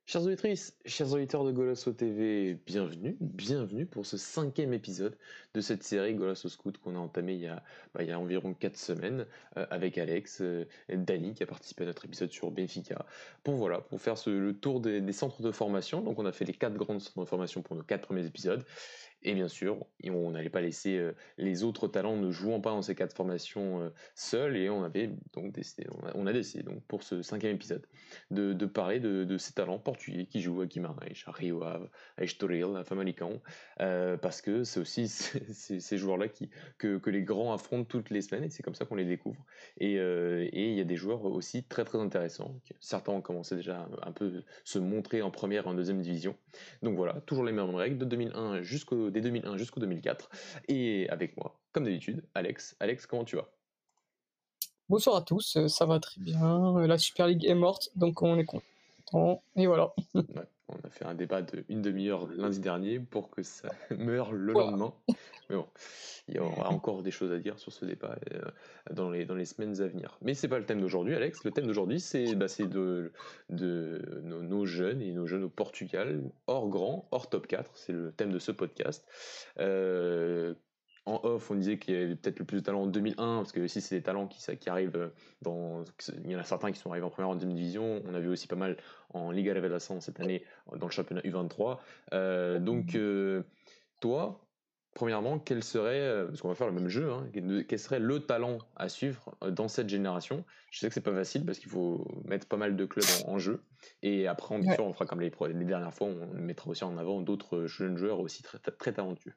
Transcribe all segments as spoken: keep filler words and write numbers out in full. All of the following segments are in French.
Chères auditrices, chers auditeurs de Golasso T V, bienvenue, bienvenue pour ce cinquième épisode de cette série Golasso Scout qu'on a entamé il y a, bah, il y a environ quatre semaines euh, avec Alex, euh, et Dani qui a participé à notre épisode sur Benfica, pour voilà, pour faire ce- le tour des, des centres de formation. Donc on a fait les quatre grandes centres de formation pour nos quatre premiers épisodes. Et bien sûr, on n'allait pas laisser euh, les autres talents ne jouant pas dans ces quatre formations euh, seuls, et on avait donc décidé, on a, on a décidé donc pour ce cinquième épisode de, de parler de, de ces talents portugais qui jouent à Guimarães, à Rio Ave, à Estoril, à Famalicão, euh, parce que c'est aussi ces, ces- ces joueurs-là qui, que, que les grands affrontent toutes les semaines, et c'est comme ça qu'on les découvre. Et euh, et il y a des joueurs aussi très très intéressants. Certains ont commencé déjà un, un peu se montrer en première et en deuxième division. Donc voilà, toujours les mêmes règles, de deux mille un jusqu'au, des deux mille un jusqu'au deux mille quatre. Et avec moi, comme d'habitude, Alex. Alex, comment tu vas? Bonsoir à tous, euh, ça va très bien. Euh, La Super League est morte, donc on est content. Et voilà. Ouais, on a fait un débat de une demi-heure lundi dernier pour que ça meure le Voilà. lendemain. Mais bon, il y aura encore des choses à dire sur ce débat euh, dans, les, dans les semaines à venir. Mais c'est pas le thème d'aujourd'hui, Alex. Le thème d'aujourd'hui, c'est bah, c'est de, de nos, nos jeunes et nos jeunes au Portugal, hors grand, hors top quatre. C'est le thème de ce podcast. Euh, En off, on disait qu'il y avait peut-être le plus de talents en deux mille un, parce que aussi c'est des talents qui, ça, qui arrivent dans. Il y en a certains qui sont arrivés en première, en deuxième division. On a vu aussi pas mal en Liga Revelação cette année dans le championnat U vingt-trois. Euh, donc, euh, toi, premièrement, quel serait, euh, parce qu'on va faire le même jeu, hein, quel quel serait le talent à suivre euh, dans cette génération? Je sais que c'est pas facile parce qu'il faut mettre pas mal de clubs en, en jeu. Et après, bien Ouais. sûr, on fera comme les, pro- les dernières fois, on mettra aussi en avant d'autres jeunes joueurs aussi très, très, très talentueux.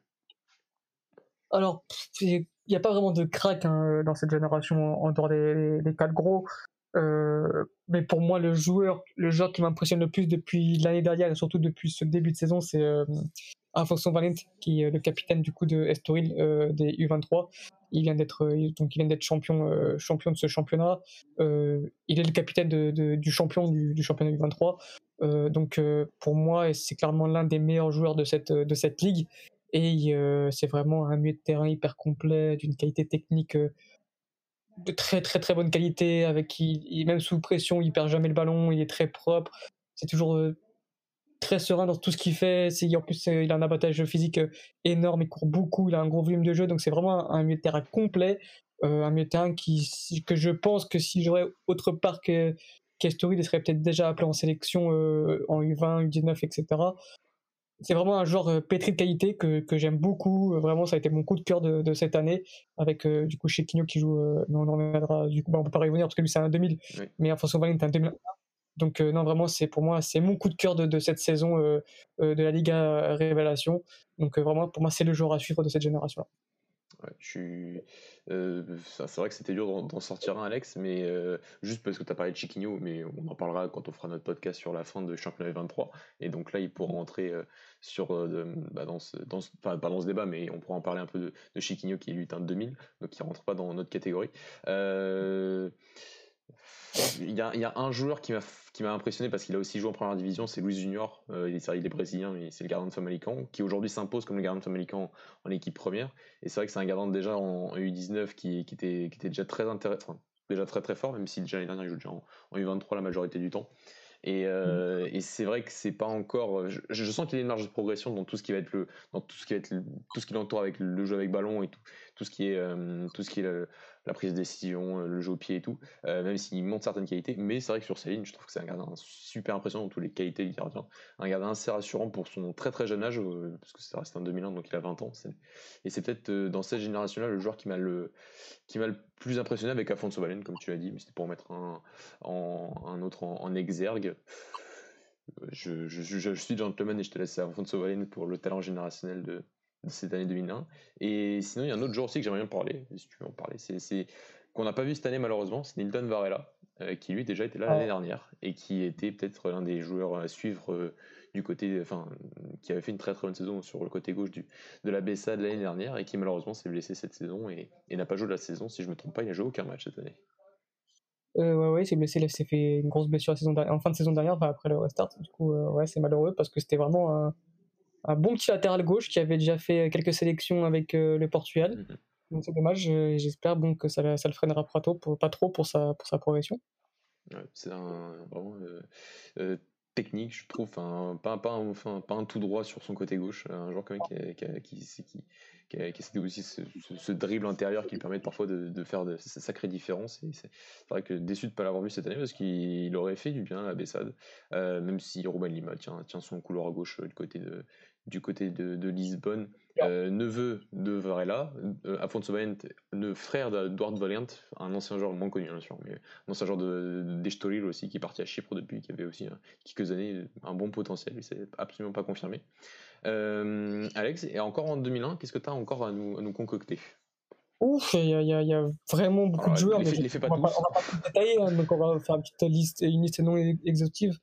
Alors, il n'y a pas vraiment de crack hein, dans cette génération en dehors des, des quatre gros. Euh, mais pour moi, le joueur, le joueur qui m'impressionne le plus depuis l'année dernière et surtout depuis ce début de saison, c'est euh, Afonso Valente, qui est le capitaine du coup de Estoril euh, des U vingt-trois. Il vient d'être euh, donc il vient d'être champion euh, champion de ce championnat. Euh, il est le capitaine de, de- du champion du, du championnat U vingt-trois. Euh, donc euh, pour moi, c'est clairement l'un des meilleurs joueurs de cette de cette ligue. Et euh, c'est vraiment un milieu de terrain hyper complet, d'une qualité technique euh, de très très très bonne qualité, avec qui il- même sous pression, il perd jamais le ballon, il est très propre. C'est toujours euh, très serein dans tout ce qu'il fait. C'est, en plus, euh, il a un abattage physique euh, énorme, il court beaucoup, il a un gros volume de jeu, donc c'est vraiment un, un milieu de terrain complet, euh, un milieu de terrain qui, si- que je pense que si j'aurais autre part que qu'Estoril, il serait peut-être déjà appelé en sélection euh, en U vingt, U dix-neuf, et cetera. C'est vraiment un joueur euh, pétri de qualité que, que j'aime beaucoup. Euh, Vraiment, ça a été mon coup de cœur de, de cette année, avec euh, du coup Chiquinho qui joue. Euh, mais on en reviendra. Du coup, bah, on peut pas y revenir parce que lui c'est un deux mille, Oui. mais François Valente est un deux mille. Donc euh, non, vraiment, c'est pour moi, c'est mon coup de cœur de, de cette saison euh, euh, de la Liga Révélation. Donc euh, vraiment, pour moi, c'est le joueur à suivre de cette génération-là. Ouais, je suis. euh, ça, c'est vrai que c'était dur d'en, d'en sortir un, Alex, mais euh, juste parce que tu as parlé de Chiquinho, mais on en parlera quand on fera notre podcast sur la fin de championnat vingt-trois. Et donc là, il pourra entrer euh, sur, euh, de- bah, dans ce, dans ce- enfin, pas dans ce débat, mais on pourra en parler un peu de, de Chiquinho qui lui est un deux mille, donc qui rentre pas dans notre catégorie. Euh, Il y a, il y a un joueur qui m'a qui m'a impressionné parce qu'il a aussi joué en première division, c'est Luis Junior. Euh, il, est, il est brésilien, mais c'est le gardien de Famalicão, qui aujourd'hui s'impose comme le gardien de Famalicão en équipe première. Et c'est vrai que c'est un gardien déjà en, en U dix-neuf qui, qui, était, qui était déjà très intéressant, enfin, déjà très très fort, même si déjà l'année dernière il joue déjà en, en U vingt-trois la majorité du temps. Et, euh, et c'est vrai que c'est pas encore. Je, je sens qu'il y a une marge de progression dans tout ce qui va être le, dans tout ce qui va être le- tout ce qui l'entoure avec le jeu avec ballon et tout, tout ce qui est, euh, tout ce qui est le- la prise de décision, le jeu au pied et tout. Euh, même s'il montre certaines qualités, mais c'est vrai que sur ses lignes, je trouve que c'est un gardien super impressionnant dans toutes les qualités du gardien. Un gardien assez rassurant pour son très très jeune âge, euh, parce que ça reste un deux mille un, donc il a vingt ans. c'est- Et c'est peut-être euh, dans cette génération-là le joueur qui m'a le, qui m'a le plus impressionné avec Afonso Valente, comme tu l'as dit, mais c'était pour mettre un, en, un autre en, en exergue. Je, je, je, je suis gentleman et je te laisse Afonso Valente pour le talent générationnel de, de cette année deux mille un. Et sinon, il y a un autre joueur aussi que j'aimerais bien parler, si tu veux en parler, c'est, c'est qu'on n'a pas vu cette année malheureusement, c'est Nilton Varela, euh, qui lui déjà était là l'année Ouais. dernière et qui était peut-être l'un des joueurs à suivre euh, du côté, enfin, qui avait fait une très très bonne saison sur le côté gauche du, de la B S A de l'année dernière et qui malheureusement s'est blessé cette saison et, et n'a pas joué de la saison. Si je me trompe pas, il n'a joué aucun match cette année. Euh, ouais, ouais, il s'est blessé, il s'est fait une grosse blessure la saison dernière- en fin de saison dernière, enfin, après le restart. Du coup, euh, ouais, c'est malheureux parce que c'était vraiment un, un bon petit latéral gauche qui avait déjà fait quelques sélections avec euh, le Portugal. Mhm. Donc c'est dommage, euh, j'espère bon, que ça, ça le freinera pas trop pour, pas trop pour sa, pour sa progression. Ouais, c'est un, vraiment. Euh, euh, technique, je trouve, enfin, pas, pas, un, enfin, pas un tout droit sur son côté gauche, un joueur quand même qui, a, qui, a, qui, qui, qui, a, qui a aussi ce, ce, ce dribble intérieur qui lui permet parfois de, de faire de, de sacrées différences. Et c'est, c'est vrai que déçu de ne pas l'avoir vu cette année parce qu'il aurait fait du bien à Bessade, euh, même si Ruben Lima tient, tient son couloir à gauche du côté de, du côté de, de Lisbonne. Euh, neveu de Varela, euh, Afonso Valent, le frère d'Edouard Valent, un ancien joueur moins connu bien sûr, mais un ancien joueur de, de d'Estoril aussi qui est parti à Chypre depuis, qui avait aussi hein, quelques années un bon potentiel, mais c'est absolument pas confirmé. Euh, Alex, et encore en deux mille un, qu'est-ce que tu as encore à nous, à nous concocter? Ouf, il y, a- il y a il y a vraiment beaucoup de Alors, joueurs, les, mais fais, je- les fais pas on va pas, tous. on va pas tout détailler, hein, donc on va faire une petite liste, une liste non ex- exhaustive.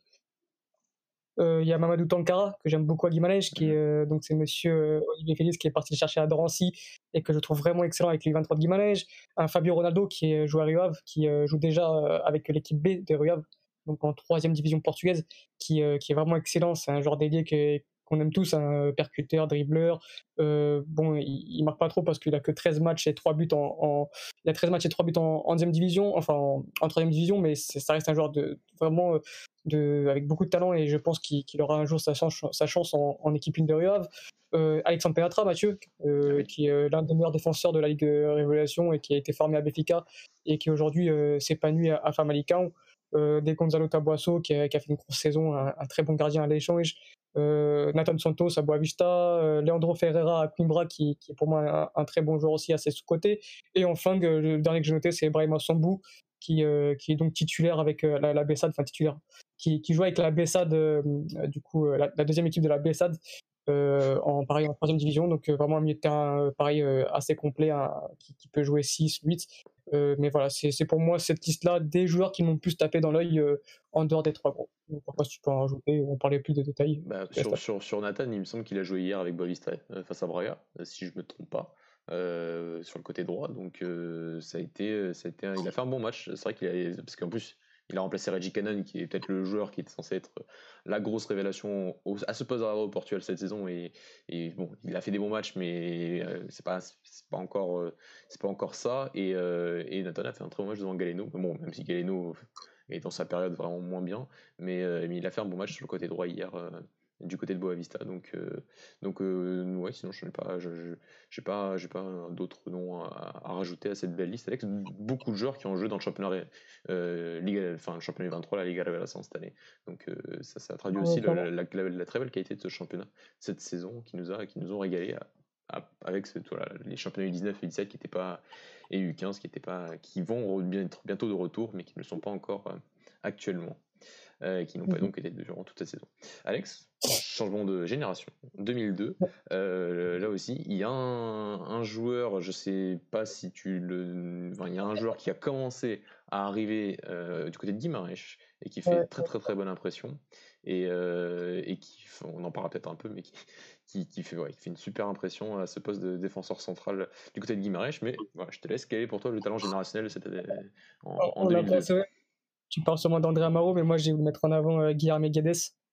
Euh, Il y a Mamadou Tankara, que j'aime beaucoup à Guimarães, qui est, Mhm. euh, donc c'est monsieur euh, Olivier Félix qui est parti le chercher à Drancy et que je trouve vraiment excellent avec les vingt-trois de Guimarães. Un Fabio Ronaldo qui est joueur à Rio Ave, qui euh, joue déjà euh, avec l'équipe B de Rio Ave, donc en troisième division portugaise, qui, euh, qui est vraiment excellent. C'est un joueur dédié que, qu'on aime tous, un percuteur, dribbleur. Euh, bon, il, il marque pas trop parce qu'il a que treize matchs et trois buts en, en il a treize matchs et trois buts en, en deuxième division, enfin en, en troisième division, mais c'est, ça reste un joueur de vraiment euh, de, avec beaucoup de talent et je pense qu'il, qu'il aura un jour sa chance, sa chance en, en équipe une de Rio Ave. Euh, Alexandre Peatra, Mathieu, Ah euh, oui. qui est euh, l'un des meilleurs défenseurs de la Ligue euh, Révélation et qui a été formé à Benfica et qui aujourd'hui euh, s'épanouit à, à Famalicão. Euh, des Gonzalo Taboasso qui a, qui a fait une grosse saison, un, un très bon gardien à l'échange. Euh, Nathan Santos à Boavista, euh, Leandro Ferreira à Coimbra qui, qui est pour moi un, un très bon joueur aussi assez sous-côté. Et enfin, euh, le dernier que j'ai noté, c'est Brahima Sambou qui, euh, qui est donc titulaire avec euh, la, la Bessade, enfin titulaire, qui, qui joue avec la Bessade, euh, du coup, euh, la, la deuxième équipe de la Bessade, euh, en, pareil, en troisième division. Donc, euh, vraiment un milieu de terrain, euh, pareil, euh, assez complet, hein, qui, qui peut jouer six, huit. Euh, mais voilà, c'est, c'est pour moi cette liste-là des joueurs qui m'ont le plus tapé dans l'œil euh, en dehors des trois gros. Donc, pourquoi si tu peux en rajouter, on parlait plus de détails. Bah, sur, sur, sur Nathan, il me semble qu'il a joué hier avec Boavista euh, face à Braga, euh, si je me trompe pas, euh, sur le côté droit. Donc euh, ça a été, ça a été, un- il a fait un bon match. C'est vrai qu'il a, parce qu'en plus, il a remplacé Reggie Cannon, qui est peut-être le joueur qui était censé être la grosse révélation au- à ce poste au Portugal cette saison. Et, et bon, il a fait des bons matchs, mais euh, c'est pas, c'est pas encore, euh, c'est pas encore ça. Et, euh, et Nathan a fait un très bon match devant Galeno. Mais bon, même si Galeno est dans sa période vraiment moins bien. Mais, euh, mais il a fait un bon match sur le côté droit hier, euh, du côté de Boavista. Donc, euh, donc euh, ouais, sinon, je n'ai pas, je, je, j'ai pas, j'ai pas d'autres noms à, à rajouter à cette belle liste. Alex, beaucoup de joueurs qui ont joué dans le championnat, euh, Liga, enfin, le championnat vingt-trois, la Liga Revelação cette année. Donc, euh, ça, ça traduit Ouais, aussi le- clairement. la, la, la très belle qualité de ce championnat cette saison qui nous a, qui nous ont régalé à, à, avec ce, voilà, les championnats U dix-neuf et U dix-sept qui étaient pas et U quinze qui étaient pas, qui vont bien, être bientôt de retour, mais qui ne le sont pas encore euh, actuellement, euh, qui n'ont pas Mhm. donc été durant toute cette saison. Alex, changement de génération, deux mille deux, euh, là aussi, il y a un, un joueur, je sais pas si tu le... Enfin, il y a un joueur qui a commencé à arriver euh, du côté de Guimarães et qui fait Ouais, très très très bonne impression et, euh, et qui, on en parlera peut-être un peu, mais qui, qui, qui fait, ouais, qui fait une super impression à ce poste de défenseur central du côté de Guimarães. Mais voilà, je te laisse. Quel est pour toi le talent générationnel de cette année, en, en on a deux mille deux? pensé, tu parles sûrement d'André Amaro, mais moi j'ai voulu mettre en avant euh, Guilherme Guedes,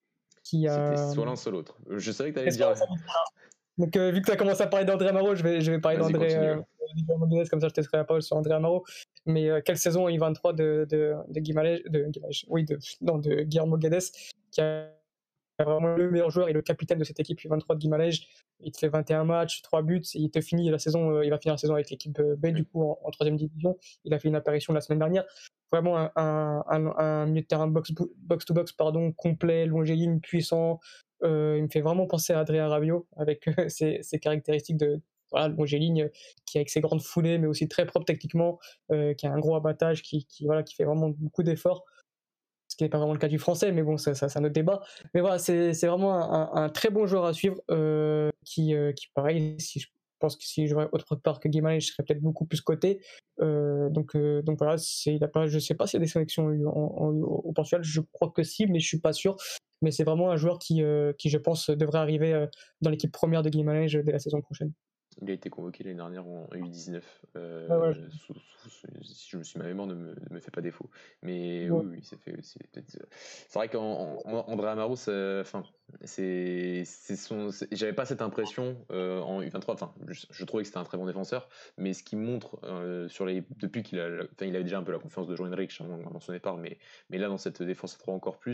qui C'était a. soit l'un soit l'autre. Je savais que tu allais Qu'est-ce qu'on dire. va Donc, euh, vu que tu as commencé à parler d'André Amaro, je vais, je vais parler Vas-y, d'André continue. euh, Guillermo Guedes, comme ça je te laisserai la parole sur André Amaro. Mais euh, quelle saison U vingt-trois de, de, de Guimarães, de, Guimarães, oui, de, non, de Guillermo Guedes, qui a vraiment le meilleur joueur et le capitaine de cette équipe U vingt-trois de Guimarães. Il te fait vingt et un matchs, trois buts, et il te finit la saison, euh, il va finir la saison avec l'équipe B, du Oui. coup, en, en troisième division. Il a fait une apparition la semaine dernière. Vraiment un, un, un, un milieu de terrain box, box to box, pardon, complet, longiligne, puissant. Euh, il me fait vraiment penser à Adrien Rabiot avec euh, ses, ses caractéristiques de voilà, longiligne, qui avec ses grandes foulées, mais aussi très propre techniquement, euh, qui a un gros abattage, qui, qui, voilà, qui fait vraiment beaucoup d'efforts, ce qui n'est pas vraiment le cas du français, mais bon, ça, ça, c'est un autre débat. Mais voilà, c'est, c'est vraiment un, un, un très bon joueur à suivre, euh, qui, euh, qui, pareil, si je pense que si je jouais autre part que Guimarães, je serais peut-être beaucoup plus coté. Euh, donc, euh, donc voilà, c'est, il a pas, je ne sais pas s'il y a des sélections en, en, au Portugal, je crois que si, mais je ne suis pas sûr. Mais c'est vraiment un joueur qui, euh, qui je pense, devrait arriver euh, dans l'équipe première de Guimarães dès la saison prochaine. Il a été convoqué l'année dernière en U dix-neuf, Ouais, ouais, euh, sous- sous- sous- si je me suis ma mémoire ne me, ne me fait pas défaut. Mais ouais. oui, oui, c'est fait aussi. peut-être, euh, C'est vrai qu'André Amaro, c'est, enfin, c'est, c'est son, c'est- j'avais pas cette impression euh, en U vingt-trois. Enfin, je, je trouvais que c'était un très bon défenseur, mais ce qu'il montre euh, sur les, depuis qu'il a, enfin, il avait déjà un peu la confiance de João Henrique hein, dans son départ, mais, mais là dans cette défense à trois encore plus.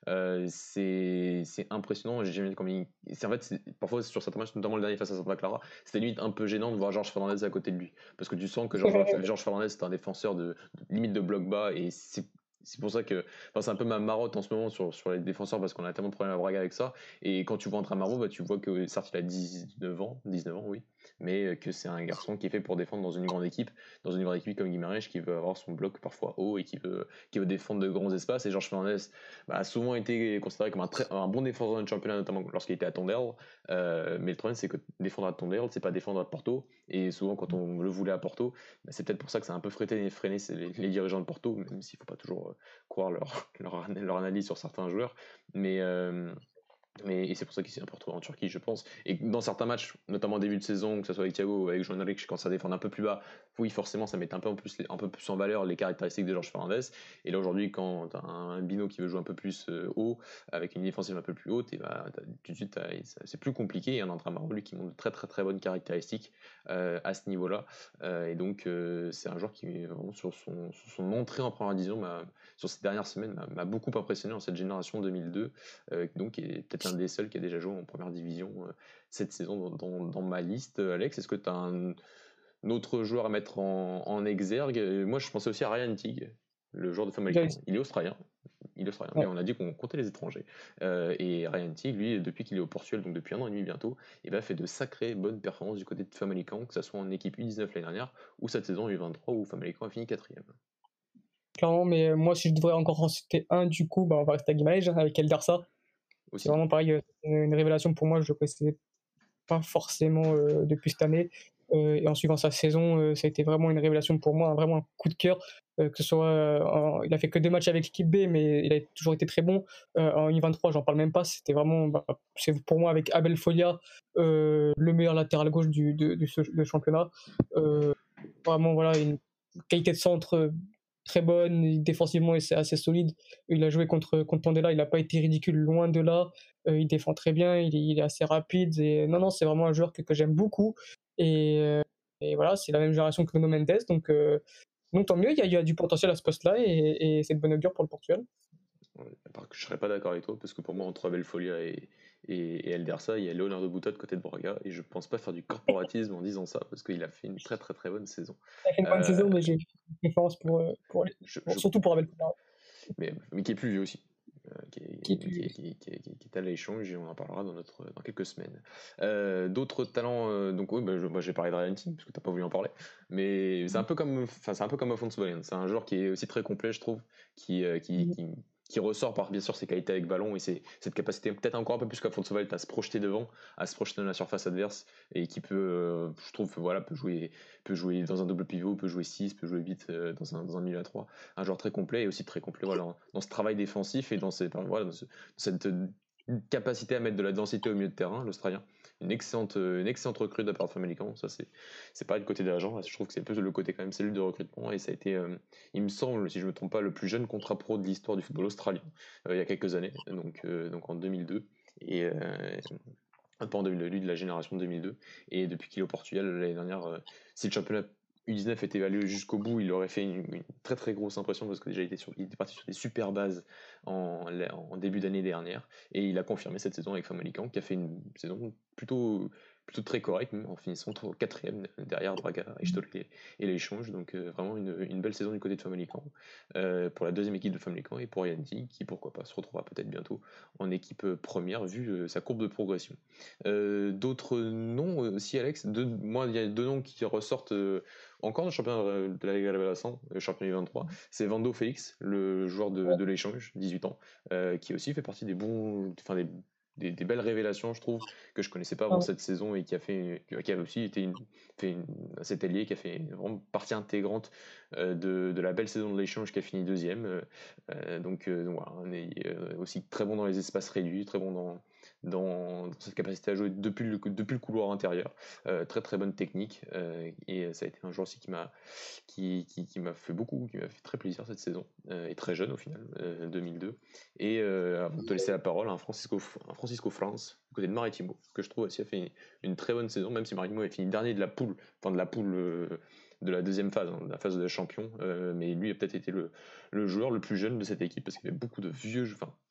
Euh, c'est c'est impressionnant. J'ai jamais vu comme il... c'est en fait c'est- parfois sur certains matchs, notamment le dernier face à Santa Clara, c'était limite un peu gênant de voir Georges Fernandez à côté de lui parce que tu sens que Georges Georges Fernandez c'est un défenseur de, de- limite de bloc bas et c'est c'est pour ça que enfin, c'est un peu ma marotte en ce moment sur, sur les défenseurs parce qu'on a tellement de problèmes à Braga avec ça. Et quand tu vois entrer Marot, bah, tu vois que certes il a dix-neuf ans, dix-neuf ans, oui, mais que c'est un garçon qui est fait pour défendre dans une grande équipe, dans une grande équipe comme Guimarães qui veut avoir son bloc parfois haut et qui veut, qui veut défendre de grands espaces. Et Georges Fernandez bah, a souvent été considéré comme un, très, un bon défenseur de championnat, notamment lorsqu'il était à Tondel. Euh, mais le problème, c'est que défendre à Tondel, c'est pas défendre à Porto. Et souvent, quand on le voulait à Porto, bah, c'est peut-être pour ça que ça a un peu freiné, freiné les, les dirigeants de Porto, même s'il ne faut pas toujours euh, croire leur, leur, leur, analyse sur certains joueurs. Mais. Euh, mais, et c'est pour ça qu'il s'est important en Turquie, je pense. Et dans certains matchs, notamment au début de saison, que ce soit avec Thiago ou avec João Henrique, quand ça défend un peu plus bas, oui, forcément, ça met un peu, en plus, un peu plus en valeur les caractéristiques de Georges Fernandez. Et là, aujourd'hui, quand tu as un, un Bino qui veut jouer un peu plus euh, haut, avec une défensive un peu plus haute, et bah, tout de suite, c'est plus compliqué. Il y a un entraîneur, lui, qui montre de très, très, très bonnes caractéristiques euh, à ce niveau-là. Euh, et donc, euh, c'est un joueur qui, vraiment, sur son, sur son entrée en première division, sur ces dernières semaines, m'a beaucoup impressionné en cette génération deux mille deux, euh, donc qui est peut-être l'un des seuls qui a déjà joué en première division euh, cette saison dans, dans, dans ma liste. Alex, est-ce que tu as un, un autre joueur à mettre en, en exergue? Moi, je pensais aussi à Ryan Tig, le joueur de Famalicão. Il est australien. Il est australien, mais Ouais. on a dit qu'on comptait les étrangers. Euh, et Ryan Tig, lui, depuis qu'il est au Portugal, donc depuis un an et demi bientôt, il a fait de sacrées bonnes performances du côté de Famalicão, que ce soit en équipe U dix-neuf l'année dernière, ou cette saison U vingt-trois, où Famalicão a fini quatrième. Clairement, mais moi, si je devrais encore en citer un, du coup, bah, on va rester à Guimarães avec El Darsa. C'est vraiment pareil, euh, une révélation pour moi, je ne le connaissais pas forcément euh, depuis cette année. Euh, et en suivant sa saison, euh, ça a été vraiment une révélation pour moi, vraiment un coup de cœur. Euh, que ce soit, euh, en, il a fait que deux matchs avec l'équipe B, mais il a toujours été très bon. Euh, en U vingt-trois, j'en parle même pas. C'était vraiment, bah, c'est pour moi avec Abel Folia, euh, le meilleur latéral gauche du, de, du, de championnat. Euh, vraiment, voilà, une qualité de centre très bonne, défensivement c'est assez solide. Il a joué contre, contre Tondela, il n'a pas été ridicule, loin de là. Euh, il défend très bien, il est, il est assez rapide. Et... Non, non, c'est vraiment un joueur que, que j'aime beaucoup. Et, euh, et voilà, c'est la même génération que Nuno Mendes. Donc, euh, donc tant mieux, il y, a, il y a du potentiel à ce poste-là et, et c'est de bonne augure pour le Portugal. Ouais, je ne serais pas d'accord avec toi, parce que pour moi, entre Abel Folia et, et, et Eldersa, il y a Leonardo Buta de côté de Braga, et je pense pas faire du corporatisme en disant ça, parce qu'il a fait une très très très bonne saison. Il a fait une bonne Euh, saison, mais j'ai une préférence pour, pour, je, pour, je, surtout pour Abel Folia. mais, mais qui est plus vieux aussi. Euh, qui, est, Qui est qui, plus... est, qui, est, qui, est, qui est à l'échange et on en parlera dans, notre, dans quelques semaines. Euh, D'autres talents, euh, donc oui, bah, je, moi j'ai parlé de Ryan Tig parce que t'as pas voulu en parler, mais c'est un peu comme, enfin c'est un peu comme Afonso Balian, c'est un joueur qui est aussi très complet, je trouve, qui, euh, qui, qui, qui ressort par bien sûr ses qualités avec ballon et ses, cette capacité peut-être encore un peu plus qu'Afonso Balian à se projeter devant, à se projeter dans la surface adverse et qui peut, euh, je trouve, voilà, peut jouer, peut jouer dans un double pivot, peut jouer six, peut jouer huit euh, dans, un, dans un milieu à trois. Un joueur très complet et aussi très complet voilà, dans ce travail défensif et dans, ces, voilà, dans, ce, dans cette capacité à mettre de la densité au milieu de terrain, l'Australien. Une excellente, une excellente recrue de la part de Famalicão. Ça, c'est, c'est pas le côté de l'agent. Je trouve que c'est plus le côté quand même cellule de recrutement. Et ça a été, euh, il me semble, si je me trompe pas, le plus jeune contrat pro de l'histoire du football australien euh, il y a quelques années, donc, euh, donc en deux mille deux. Et euh, pas en deux mille deux, lui de la génération deux mille deux. Et depuis qu'il est au Portugal l'année dernière, euh, si le championnat U dix-neuf était évalué jusqu'au bout, il aurait fait une, une très très grosse impression parce que déjà il était, sur, il était parti sur des super bases en, en début d'année dernière et il a confirmé cette saison avec Famalicão qui a fait une saison plutôt, plutôt très correcte en finissant quatrième derrière Braga, Estoril et, et l'échange. Donc euh, vraiment une, une belle saison du côté de Famalicão euh, pour la deuxième équipe de Famalicão et pour Yanti qui pourquoi pas se retrouvera peut-être bientôt en équipe première vu euh, sa courbe de progression. Euh, d'autres noms aussi Alex, deux, moi il y a deux noms qui ressortent euh, encore dans le championnat de la Liga Revelação, le championnat U vingt-trois, c'est Vando Félix, le joueur de, de l'échange, dix-huit ans, euh, qui aussi fait partie des bons, enfin des, des, des belles révélations, je trouve, que je connaissais pas avant cette saison et qui a fait, qui a aussi été une, fait une, cet allié qui a fait vraiment partie intégrante euh, de, de la belle saison de l'échange qui a fini deuxième. Euh, donc, euh, donc voilà, on est euh, aussi très bon dans les espaces réduits, très bon dans dans, dans cette capacité à jouer depuis le, depuis le couloir intérieur. Euh, très très bonne technique euh, et ça a été un joueur aussi qui m'a qui, qui, qui m'a fait beaucoup, qui m'a fait très plaisir cette saison euh, et très jeune au final, euh, deux mille deux. Et euh, avant de te laisser la parole, un Francisco, un Francisco France, côté de Maritimo, que je trouve aussi a fait une, une très bonne saison, même si Maritimo a fini dernier de la poule, enfin de la poule euh, de la deuxième phase, hein, de la phase de champion, euh, mais lui a peut-être été le, le joueur le plus jeune de cette équipe parce qu'il y avait beaucoup de vieux, enfin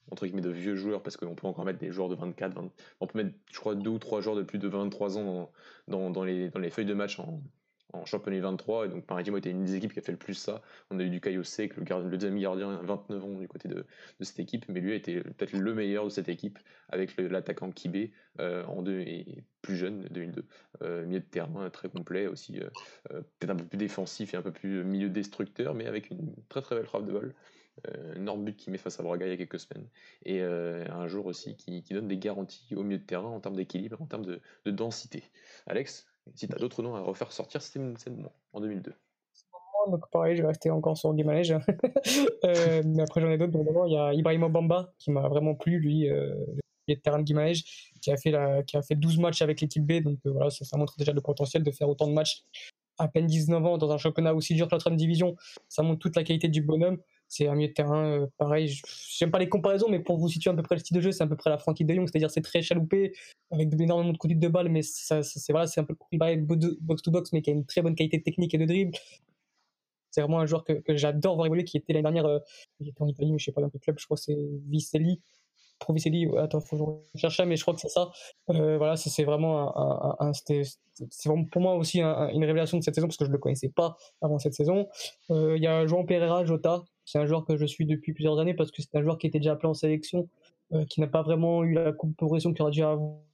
entre guillemets de vieux joueurs, parce qu'on peut encore mettre des joueurs de vingt-quatre, vingt, on peut mettre je crois deux ou trois joueurs de plus de vingt-trois ans dans, dans, dans les, dans les feuilles de match en, en championnat vingt-trois, et donc Maritimo était une des équipes qui a fait le plus ça. On a eu du Caio Sec, le, gardien, le deuxième gardien, vingt-neuf ans du côté de, de cette équipe, mais lui a été peut-être le meilleur de cette équipe, avec le, l'attaquant Kibé, euh, en deux, et plus jeune, deux mille deux, euh, milieu de terrain très complet aussi, euh, euh, peut-être un peu plus défensif et un peu plus milieu destructeur, mais avec une très très belle frappe de balle. Euh, énorme but qu'il met face à Braga il y a quelques semaines, et euh, un jour aussi qui, qui donne des garanties au milieu de terrain en termes d'équilibre, en termes de, de densité. Alex, si tu as d'autres noms à refaire sortir, c'est le moment, en deux mille deux. Donc pareil, je vais rester encore sur Guimarães. euh, mais après j'en ai d'autres. Donc d'abord il y a Ibrahima Bamba qui m'a vraiment plu, lui, euh, le milieu de terrain de Guimarães, qui a fait la, qui a fait douze matchs avec l'équipe B. Donc euh, voilà, ça, ça montre déjà le potentiel de faire autant de matchs à peine dix-neuf ans dans un championnat aussi dur que la troisième division. Ça montre toute la qualité du bonhomme. C'est un milieu de terrain, euh, pareil, je- j'aime pas les comparaisons, mais pour vous situer à peu près le style de jeu, c'est à peu près la Frankie de Jong, c'est-à-dire c'est très chaloupé, avec de- énormément de conduite de balle, mais ça, ça- c'est voilà, c'est un peu pareil box to box, mais qui a une très bonne qualité technique et de dribble. C'est vraiment un joueur que, que j'adore voir évoluer, qui était l'année dernière, euh, il était en Italie, mais je sais pas dans quel club, je crois que c'est Vicelli, Provicelli, ouais, attends, faut que je recherche ça, mais je crois que c'est ça. Euh, voilà, c'est, c'est vraiment un, un, un c'était, c'est vraiment pour moi aussi un, un, une révélation de cette saison, parce que je le connaissais pas avant cette saison. Euh, Il y a João Pereira, Jota, c'est un joueur que je suis depuis plusieurs années, parce que c'est un joueur qui était déjà appelé en sélection, euh, qui n'a pas vraiment eu la progression qu'il aurait dû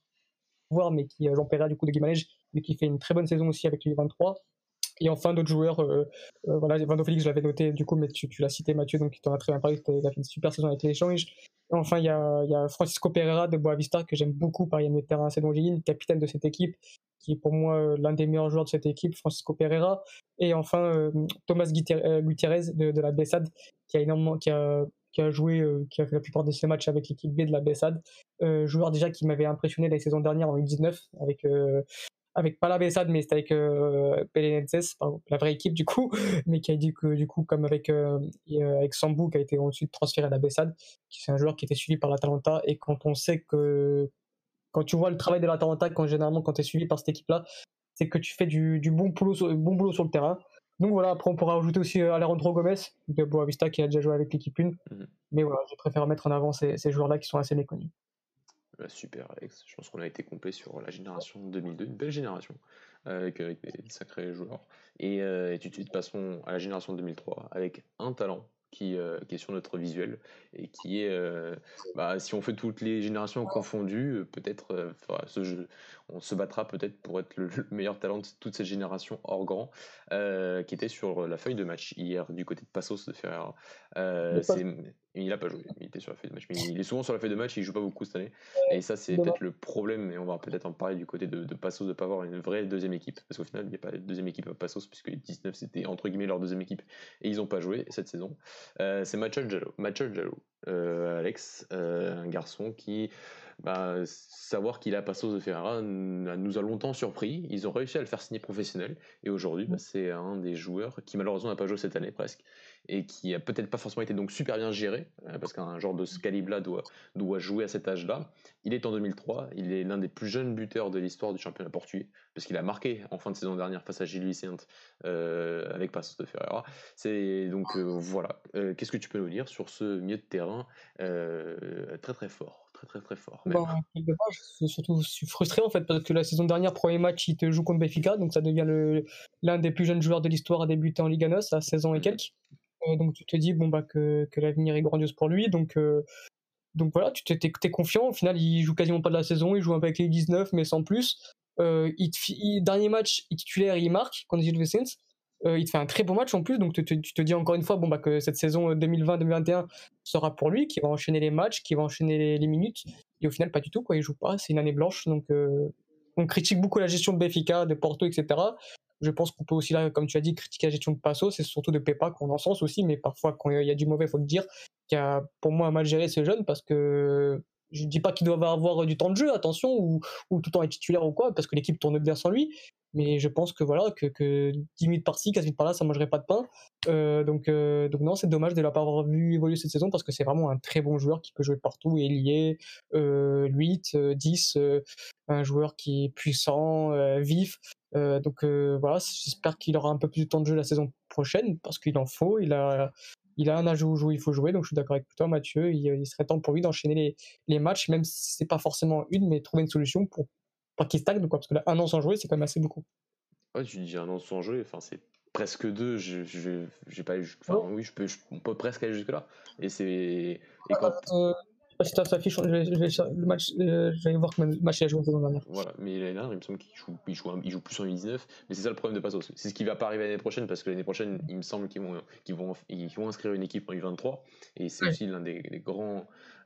avoir, mais qui, euh, João Pereira, du coup, de Guimarães, mais qui fait une très bonne saison aussi avec les vingt-trois. Et enfin, d'autres joueurs, euh, euh, voilà, Vando Félix, je l'avais noté, du coup, mais tu, tu l'as cité, Mathieu, donc tu en as très bien parlé, il a fait une super saison avec les échanges. Et enfin, il y a, il y a Francisco Pereira de Boavista, que j'aime beaucoup, par milieu de terrain assez longiligne, capitaine de cette équipe, qui est pour moi euh, l'un des meilleurs joueurs de cette équipe, Francisco Pereira. Et enfin, euh, Thomas Gutiérrez de, de la Bessade, qui a énormément, qui a, qui a joué, euh, qui a fait la plupart de ses matchs avec l'équipe B de la Bessade. Euh, joueur déjà qui m'avait impressionné la saison dernière en U dix-neuf, avec euh, avec pas la Bessade, mais c'était avec euh, Belenenses, la vraie équipe du coup, mais qui a dit que du coup, comme avec, euh, avec Sambou, qui a été ensuite transféré à la Bessade, qui c'est un joueur qui était suivi par l'Atalanta, et quand on sait que, quand tu vois le travail de l'Atalanta, quand généralement quand tu es suivi par cette équipe-là, c'est que tu fais du, du bon, boulot sur, bon boulot sur le terrain. Donc voilà, après on pourra ajouter aussi euh, Alejandro Gomez de Boavista, qui a déjà joué avec l'équipe un, mm-hmm. Mais voilà, je préfère mettre en avant ces, ces joueurs-là qui sont assez méconnus. Bah, super Alex, je pense qu'on a été complet sur la génération deux mille deux, une belle génération avec, avec des sacrés joueurs. Et, euh, et tout de suite passons à la génération deux mille trois avec un talent qui, euh, qui est sur notre visuel et qui est, euh, bah, si on fait toutes les générations confondues, peut-être euh, ce jeu, on se battra peut-être pour être le, le meilleur talent de toute cette génération hors grand, euh, qui était sur la feuille de match hier du côté de Passos de Ferreira. Euh, c'est, il n'a pas joué, il était sur la feuille de match, mais il est souvent sur la feuille de match, il joue pas beaucoup cette année. Et ça, c'est Demain. peut-être le problème, et on va peut-être en parler du côté de, de Passos, de ne pas avoir une vraie deuxième équipe, parce qu'au final, il n'y a pas de deuxième équipe à Passos, puisque les dix-neuf, c'était entre guillemets leur deuxième équipe, et ils n'ont pas joué cette saison. Euh, c'est Mathieu Jallo, Mathieu Jallo euh, Alex, euh, un garçon qui, bah, savoir qu'il est à Passos de Ferreira nous a longtemps surpris. Ils ont réussi à le faire signer professionnel, et aujourd'hui, bah, c'est un des joueurs qui malheureusement n'a pas joué cette année presque, et qui a peut-être pas forcément été donc super bien géré, euh, parce qu'un genre de ce calibre-là doit, doit jouer à cet âge-là. Il est en deux mille trois, il est l'un des plus jeunes buteurs de l'histoire du championnat portugais, parce qu'il a marqué en fin de saison dernière face à Gil Vicente euh, avec Passos de Ferreira. C'est donc euh, voilà. Euh, qu'est-ce que tu peux nous dire sur ce milieu de terrain euh, très très fort, très très très fort. Bon, quelque part, je, surtout, je suis frustré en fait parce que la saison dernière, premier match, il te joue contre Benfica, donc ça devient le, l'un des plus jeunes joueurs de l'histoire à débuter en Liga N O S à seize ans et quelques. Euh, donc tu te dis bon bah que, que l'avenir est grandiose pour lui, donc euh, donc voilà, tu t'es, t'es confiant. Au final, il joue quasiment pas de la saison, il joue un peu avec les dix-neuf, mais sans plus. Euh, il, il, dernier match, il titulaire, il marque contre Gil Vicente. Euh, il te fait un très bon match en plus, donc tu te, tu te dis encore une fois bon, bah, que cette saison deux mille vingt deux mille vingt et un sera pour lui, qui va enchaîner les matchs, qui va enchaîner les, les minutes, et au final pas du tout, quoi, il joue pas, c'est une année blanche, donc euh, on critique beaucoup la gestion de Benfica, de Porto, et cetera. Je pense qu'on peut aussi, là, comme tu as dit, critiquer la gestion de Passos, c'est surtout de Pepa qu'on encense aussi, mais parfois quand il y a du mauvais, il faut le dire, qui a pour moi mal géré ce jeune, parce que je ne dis pas qu'il doit avoir du temps de jeu, attention, ou, ou tout le temps être titulaire ou quoi, parce que l'équipe tourne bien sans lui, mais je pense que voilà que, que dix minutes par-ci, quinze minutes par-là, ça ne mangerait pas de pain. Euh, donc, euh, donc non, c'est dommage de ne pas avoir vu évoluer cette saison, parce que c'est vraiment un très bon joueur qui peut jouer partout, ailier, euh, huit, euh, dix, euh, un joueur qui est puissant, euh, vif. Euh, donc euh, voilà, j'espère qu'il aura un peu plus de temps de jeu la saison prochaine, parce qu'il en faut. Il a, il a un âge où, où il faut jouer, donc je suis d'accord avec toi, Mathieu. Il, il serait temps pour lui d'enchaîner les, les matchs, même si c'est pas forcément une, mais trouver une solution pour pas qu'il stagne, quoi, parce que là, un an sans jouer, c'est quand même assez beaucoup. Ouais, tu dis un an sans jouer, enfin c'est presque deux, je, je, j'ai pas, enfin Ouais. oui, je peux, je, on peut presque aller jusque là. Et c'est, et quand, Euh, si t'as sa fiche, je vais, je vais cher- le match, euh, je vais voir combien de matchs il a joué la saison dernière. voilà, mais l'année dernière, il me semble qu'il joue, il joue, un- il joue plus en U dix-neuf, mais c'est ça le problème de Passos. C'est ce qui va pas arriver l'année prochaine, parce que l'année prochaine, il me semble qu'ils vont, qu'ils vont, ils vont inscrire une équipe en U vingt-trois, et c'est Ouais. aussi l'un des, des grands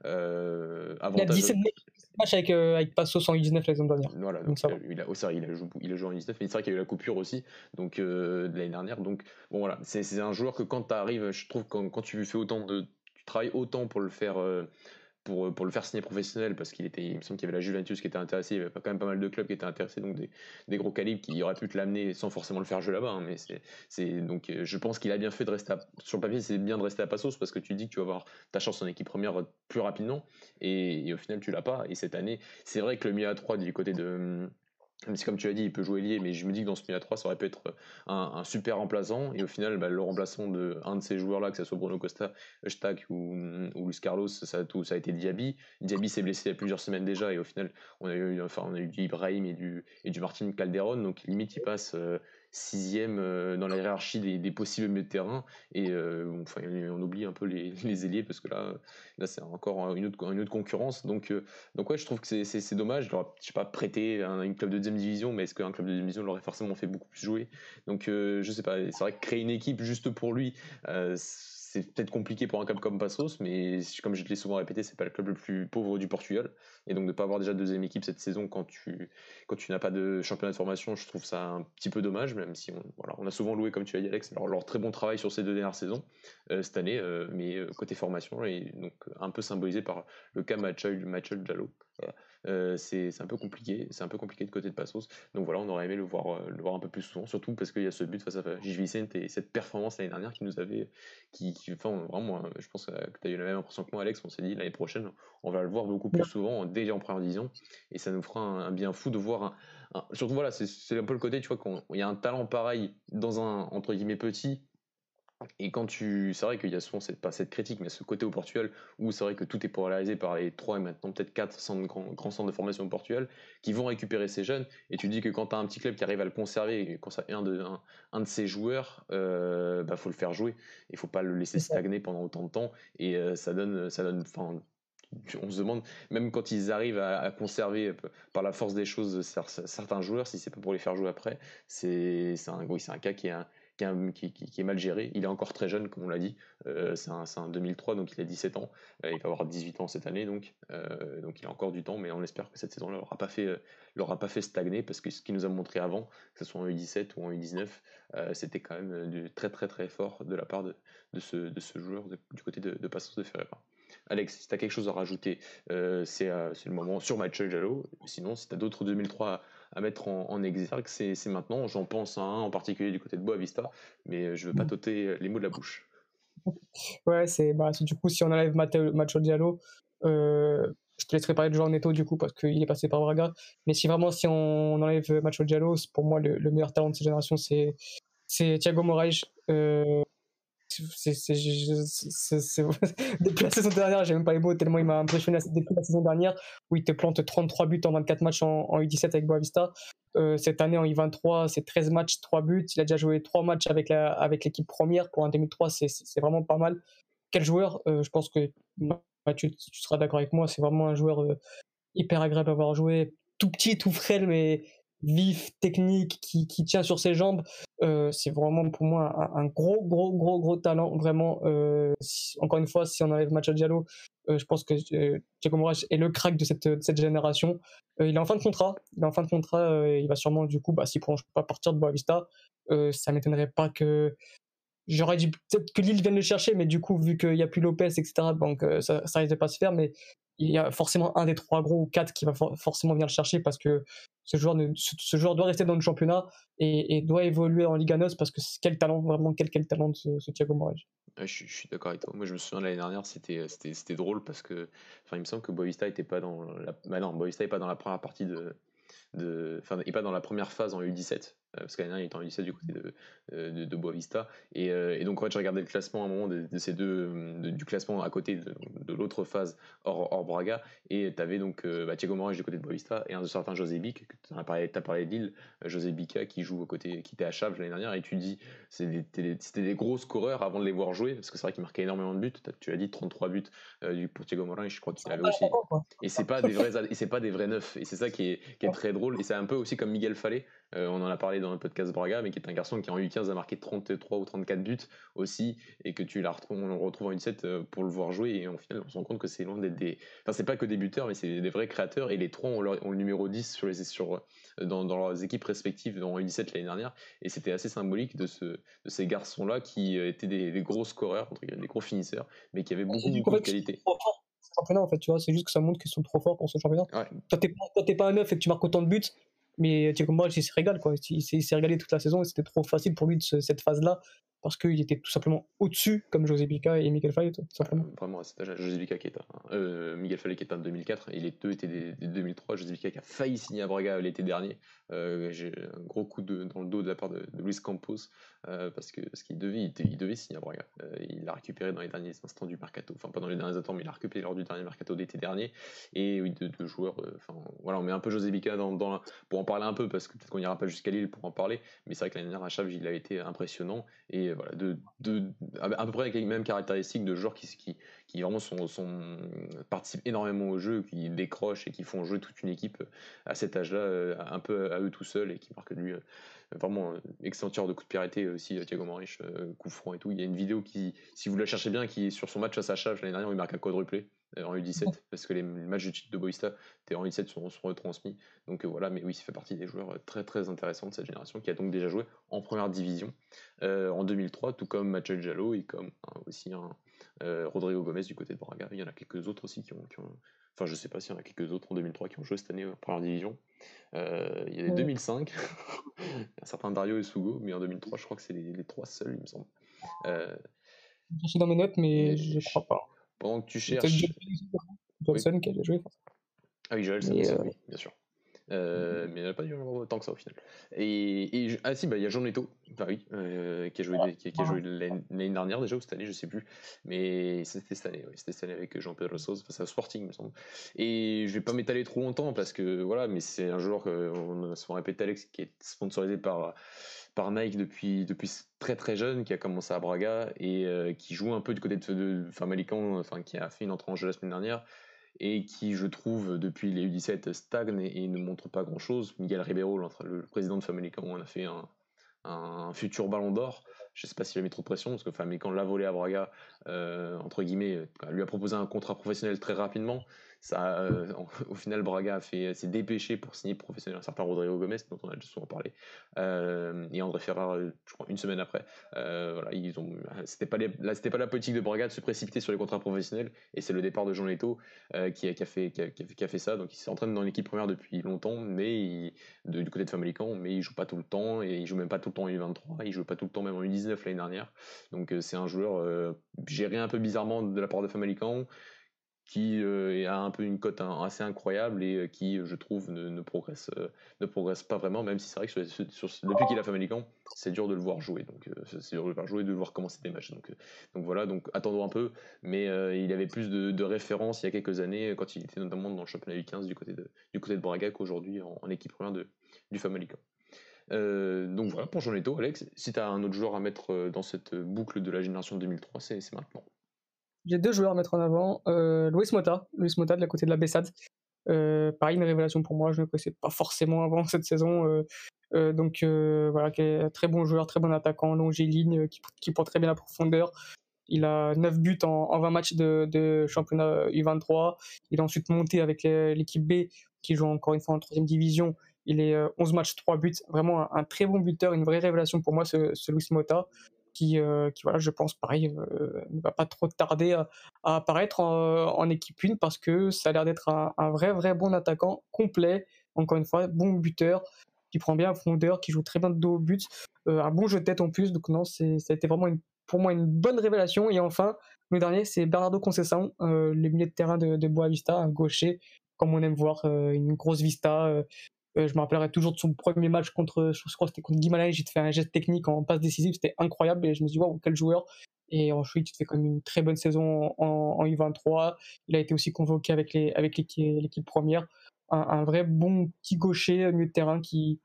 euh, Il a avantages. dix-sept matchs avec, euh, avec Passos en U dix-neuf la saison dernière. Voilà, Donc donc ça il a, va. il a, oh, c'est vrai, il a joué, il a joué en U dix-neuf, mais c'est vrai qu'il y a eu la coupure aussi, donc euh, de l'année dernière. Donc bon voilà, c'est, c'est un joueur que quand tu arrives, je trouve quand, quand tu fais autant de, tu travailles autant pour le faire. Euh, pour, pour le faire signer professionnel, parce qu'il était, il me semble qu'il y avait la Juventus qui était intéressée, il y avait quand même pas mal de clubs qui étaient intéressés, donc des, des gros calibres qui auraient pu te l'amener sans forcément le faire jouer là-bas. Hein, mais c'est, c'est, donc euh, je pense qu'il a bien fait de rester à, sur le papier, c'est bien de rester à Passos, parce que tu dis que tu vas avoir ta chance en équipe première plus rapidement, et, et au final tu l'as pas. Et cette année, c'est vrai que le milieu à trois du côté de, même si comme tu as dit, il peut jouer lié, mais je me dis que dans ce milieu à trois, ça aurait pu être un, un super remplaçant. Et au final, bah, le remplaçant de un de ces joueurs-là, que ce soit Bruno Costa, Eustache ou, ou Luis Carlos, ça, tout, ça a été Diaby. Diaby s'est blessé il y a plusieurs semaines déjà, et au final, on a eu, enfin, on a eu du Ibrahim et du, et du Martin Calderon. Donc limite, il passe euh, sixième euh, dans la hiérarchie des, des possibles milieux de terrain. Et euh, on, enfin, on oublie un peu les, les ailiers, parce que là, là c'est encore une autre, une autre concurrence. Donc, euh, donc ouais, je trouve que c'est, c'est, c'est dommage. Je ne sais pas, prêté à un club de deuxième division, mais est-ce qu'un club de deuxième division l'aurait forcément fait beaucoup plus jouer? Donc euh, je sais pas, c'est vrai que créer une équipe juste pour lui, euh, c'est peut-être compliqué pour un club comme Passos, mais comme je l'ai souvent répété, c'est pas le club le plus pauvre du Portugal. Et donc de ne pas avoir déjà de deuxième équipe cette saison quand tu, quand tu n'as pas de championnat de formation, je trouve ça un petit peu dommage, même si on, voilà, on a souvent loué, comme tu as dit Alex, leur, leur très bon travail sur ces deux dernières saisons, euh, cette année, euh, mais euh, côté formation, et donc un peu symbolisé par le cas Mathieu Diallo. Voilà. Euh, c'est, c'est un peu compliqué, c'est un peu compliqué de côté de Passos. Donc voilà, on aurait aimé le voir, euh, le voir un peu plus souvent, surtout parce qu'il y a ce but face à Gigi Vicente et cette performance l'année dernière qui nous avait, qui, qui enfin vraiment, je pense que tu as eu la même impression que moi, Alex. On s'est dit l'année prochaine, on va le voir beaucoup plus souvent, déjà en première division, et ça nous fera un, un bien fou de voir un, un, surtout voilà, c'est, c'est un peu le côté, tu vois, quand il y a un talent pareil dans un entre guillemets petit. Et quand tu. C'est vrai qu'il y a souvent cette, pas cette critique, mais ce côté au Portugal où c'est vrai que tout est polarisé par les trois et maintenant peut-être quatre centres, grands, grands centres de formation au Portugal qui vont récupérer ces jeunes. Et tu dis que quand tu as un petit club qui arrive à le conserver, et quand ça est un de, un, un de ses joueurs, euh, bah faut le faire jouer. Il faut pas le laisser stagner pendant autant de temps. Et euh, ça donne. Ça donne enfin, on se demande, même quand ils arrivent à, à conserver par la force des choses certains joueurs, si c'est pas pour les faire jouer après, c'est, c'est, un, oui, c'est un cas qui est un, qui, est, qui, qui, qui est mal géré. Il est encore très jeune, comme on l'a dit. Euh, c'est, un, c'est un deux mille trois, donc il a dix-sept ans. Euh, il va avoir dix-huit ans cette année, donc, euh, donc il a encore du temps, mais on espère que cette saison-là l'aura pas fait, l'aura pas fait stagner, parce que ce qu'il nous a montré avant, que ce soit en U dix-sept ou en U dix-neuf, euh, c'était quand même du très très très fort de la part de, de, ce, de ce joueur de, du côté de, de Passos de Ferreira. Alex, si tu as quelque chose à rajouter, euh, c'est, euh, c'est le moment sur Mathieu Diallo. Sinon, si tu as d'autres deux mille trois à, à mettre en, en exergue, c'est, c'est maintenant. J'en pense à un en particulier du côté de Boavista, mais je veux pas t'ôter les mots de la bouche. Ouais, c'est, bah, c'est du coup, si on enlève Mathieu Diallo, euh, je te laisserai parler de João Neto du coup, parce qu'il est passé par Braga. Mais si vraiment, si on enlève Mathieu Diallo, pour moi, le, le meilleur talent de cette génération, c'est, c'est Thiago Moraes. Euh, c'est, c'est, c'est, c'est, depuis la saison dernière, j'ai même pas les mots tellement il m'a impressionné depuis la saison dernière où il te plante trente-trois buts en vingt-quatre matchs en, en U dix-sept avec Boavista. Euh, cette année en U vingt-trois, c'est treize matchs, trois buts. Il a déjà joué trois matchs avec, la, avec l'équipe première pour un deux mille trois, c'est, c'est vraiment pas mal. Quel joueur, euh, je pense que Mathieu, tu seras d'accord avec moi, c'est vraiment un joueur euh, hyper agréable à avoir joué, tout petit, tout frêle, mais vif, technique, qui, qui tient sur ses jambes. Euh, c'est vraiment pour moi un, un gros, gros, gros, gros talent, vraiment. Euh, si, encore une fois, si on enlève Mathieu Diallo, euh, je pense que euh, Thiago Moraes est le crack de cette, de cette génération. Euh, il est en fin de contrat, il est en fin de contrat, euh, il va sûrement, du coup, bah, s'il ne prolonge pas partir de Boavista, euh, ça ne m'étonnerait pas que. J'aurais dit peut-être que Lille vienne le chercher, mais du coup, vu qu'il n'y a plus Lopez, et cetera, donc euh, ça, ça risque de pas se faire. Mais il y a forcément un des trois gros ou quatre qui va for- forcément venir le chercher parce que ce joueur, ne, ce, ce joueur doit rester dans le championnat et, et doit évoluer en Liga N O S parce que quel talent, vraiment, quel, quel talent de ce, ce Thiago Moraes. Je, je suis d'accord avec toi. Moi, je me souviens de l'année dernière, c'était, c'était, c'était drôle parce que, enfin, il me semble que Boavista était pas dans la, bah non, Boavista est pas dans la première partie de, de, enfin, il est pas dans la première phase en U dix-sept. parce qu'année dernière il était en U dix-sept du côté de, de, de Boavista. Et, et donc en fait, j'ai regardé le classement à un moment de, de ces deux, de, du classement à côté de, de l'autre phase hors, hors Braga, et tu avais donc bah, Thiago Moraes du côté de Boavista et un certain José Bic, tu as parlé, t'as parlé de Lille, José Bica qui joue au côté, qui était à Chaves l'année dernière, et tu dis c'était des, c'était des gros scoreurs avant de les voir jouer, parce que c'est vrai qu'il marquait énormément de buts. Tu as dit trente-trois buts euh, pour Thiago Moraes, je crois qu'il avait aussi. Et c'est pas des vrais, et c'est pas des vrais neufs. Et c'est ça qui est, qui est très drôle. Et c'est un peu aussi comme Miguel Fallet. Euh, on en a parlé dans le podcast Braga, mais qui est un garçon qui en U quinze a marqué trente-trois ou trente-quatre buts aussi, et que tu la retrouves, on le retrouve en U dix-sept pour le voir jouer. Et au final, on se rend compte que c'est loin d'être des. Enfin, c'est pas que des buteurs, mais c'est des vrais créateurs. Et les trois ont, leur, ont le numéro dix sur les, sur, dans, dans leurs équipes respectives en U dix-sept l'année dernière. Et c'était assez symbolique de, ce, de ces garçons-là qui étaient des, des gros scoreurs, des gros finisseurs, mais qui avaient beaucoup, beaucoup de qualité. Championnat en fait, tu vois, c'est juste que ça montre qu'ils sont trop forts pour ce championnat. Ouais. Toi t'es pas, toi, t'es pas un neuf et que tu marques autant de buts, mais Thiago Moraes il se régale quoi, il, il s'est régalé toute la saison et c'était trop facile pour lui de ce, cette phase là, parce qu'il était tout simplement au-dessus comme José Bica et Miguel Fallet tout simplement. Ouais, vraiment à cet âge-là, José Bica qui est un, euh, Miguel Fallet qui est un deux mille quatre et les deux étaient des, des deux mille trois. José Bica qui a failli signer à Braga l'été dernier, euh, j'ai un gros coup de, dans le dos de la part de, de Luis Campos, euh, parce que parce qu'il devait, il, il devait signer à Braga. Euh, il l'a récupéré dans les derniers instants du mercato, enfin pas dans les derniers instants, mais il l'a récupéré lors du dernier mercato d'été dernier. Et oui, deux de joueurs, enfin euh, voilà, on met un peu José Bica dans, dans la, pour en parler un peu, parce que peut-être qu'on n'ira pas jusqu'à Lille pour en parler, mais c'est vrai que l'année dernière à Chaves il a été impressionnant, et voilà, de, de, à peu près avec les mêmes caractéristiques de joueurs qui, qui, qui vraiment sont, sont, participent énormément au jeu, qui décrochent et qui font jouer toute une équipe à cet âge-là, un peu à eux tout seuls, et qui marquent lui vraiment excellent tireur de coup de pied arrêté aussi, Thiago Moraes, coup franc et tout. Il y a une vidéo qui, si vous la cherchez bien, qui est sur son match à sa Chaves l'année dernière, où il marque un quadruplé en U dix-sept, parce que les matchs de titre de Boavista en U dix-sept sont, sont retransmis. Donc euh, voilà, mais oui, ça fait partie des joueurs très très intéressants de cette génération, qui a donc déjà joué en première division euh, en deux mille trois, tout comme Mathieu Diallo et comme hein, aussi un euh, Rodrigo Gomez du côté de Braga. Il y en a quelques autres aussi qui ont, qui ont... Enfin, je sais pas s'il y en a quelques autres en deux mille trois qui ont joué cette année en première division. Euh, il y a les ouais. deux mille cinq, un certain Dario Esugo, mais en deux mille trois, je crois que c'est les, les trois seuls, il me semble. Euh, je suis dans mes notes, mais, mais je crois pas. Pendant que tu cherches. Johnson oui. qui a déjà joué. Ah oui, Joel Samson, euh... oui, bien sûr. Euh, mais il n'y en a pas eu tant que ça au final. Et, et ah si, bah il y a Jean Neto, enfin oui, euh, qui a joué, qui, qui a joué l'année dernière déjà ou cette année, je sais plus, mais c'était cette année, oui, c'était cette année avec Jean-Pedro Sousa, face à Sporting, il me semble. Et je vais pas m'étaler trop longtemps parce que voilà, mais c'est un joueur qu'on a souvent répété, Alex, qui est sponsorisé par par Nike depuis depuis très très jeune, qui a commencé à Braga et euh, qui joue un peu du côté de, de Famalicão, enfin qui a fait une entrée en jeu la semaine dernière, et qui, je trouve, depuis les U dix-sept, stagne et, et ne montre pas grand-chose. Miguel Ribeiro, le président de Famalicão, en a fait un, un futur ballon d'or. Je ne sais pas s'il a mis trop de pression, parce que Famalicão l'a volé à Braga, euh, entre guillemets, lui a proposé un contrat professionnel très rapidement. Ça, euh, au final, Braga a fait, s'est dépêché pour signer professionnel un certain Rodrigo Gomez, dont on a déjà souvent parlé, euh, et André Ferrar, je crois, une semaine après. Euh, voilà, ils ont, c'était pas les, là, c'était pas la politique de Braga de se précipiter sur les contrats professionnels, et c'est le départ de Jean Neto euh, qui, a, qui, a fait, qui, a, qui a fait ça. Donc il s'entraîne dans l'équipe première depuis longtemps, mais il, de, du côté de Famalicão, mais il joue pas tout le temps, et il joue même pas tout le temps en U vingt-trois, il joue pas tout le temps même en U dix-neuf l'année dernière. Donc euh, c'est un joueur euh, géré un peu bizarrement de la part de Famalicão, qui euh, a un peu une cote hein, assez incroyable et euh, qui, je trouve, ne, ne, progresse, euh, ne progresse pas vraiment, même si c'est vrai que sur, sur, sur, depuis qu'il a Famalicão, c'est dur de le voir jouer. Donc, euh, c'est dur de le voir jouer et de le voir commencer des matchs. Donc, euh, donc voilà, donc attendons un peu. Mais euh, il avait plus de, de références il y a quelques années, quand il était notamment dans le championnat U quinze du côté de, du côté de Braga, qu'aujourd'hui en, en équipe première de, du Famalicão. Euh, donc voilà pour Jean Neto. Alex, si tu as un autre joueur à mettre dans cette boucle de la génération deux mille trois, c'est, c'est maintenant. J'ai deux joueurs à mettre en avant. Euh, Luis Mota, Luis Mota de la côté de la Bessade. Euh, pareil, une révélation pour moi. Je ne le connaissais pas forcément avant cette saison. Euh, euh, donc euh, voilà, qui est très bon joueur, très bon attaquant, longiligne, qui, qui prend très bien la profondeur. Il a neuf buts en, en vingt matchs de, de championnat U vingt-trois. Il a ensuite monté avec l'équipe B, qui joue encore une fois en troisième division. Il est euh, onze matchs, trois buts. Vraiment un, un très bon buteur, une vraie révélation pour moi, ce, ce Luis Mota. Qui, euh, qui voilà, je pense, pareil, euh, ne va pas trop tarder à, à apparaître en, en équipe un, parce que ça a l'air d'être un, un vrai, vrai bon attaquant, complet, encore une fois, bon buteur, qui prend bien la profondeur, qui joue très bien de dos au but, euh, un bon jeu de tête en plus, donc non, c'est, ça a été vraiment une, pour moi une bonne révélation. Et enfin, le dernier, c'est Bernardo Conceição, euh, le milieu de terrain de, de Boavista, un gaucher, comme on aime voir, euh, une grosse vista, euh, Euh, je me rappellerai toujours de son premier match contre, je crois que c'était contre Guimarães, j'ai fait un geste technique en passe décisive, c'était incroyable et je me suis dit waouh, quel joueur. Et ensuite, il fait quand même une très bonne saison en, en U vingt-trois. Il a été aussi convoqué avec les avec l'équipe, l'équipe première. Un, un vrai bon petit gaucher au milieu de terrain qui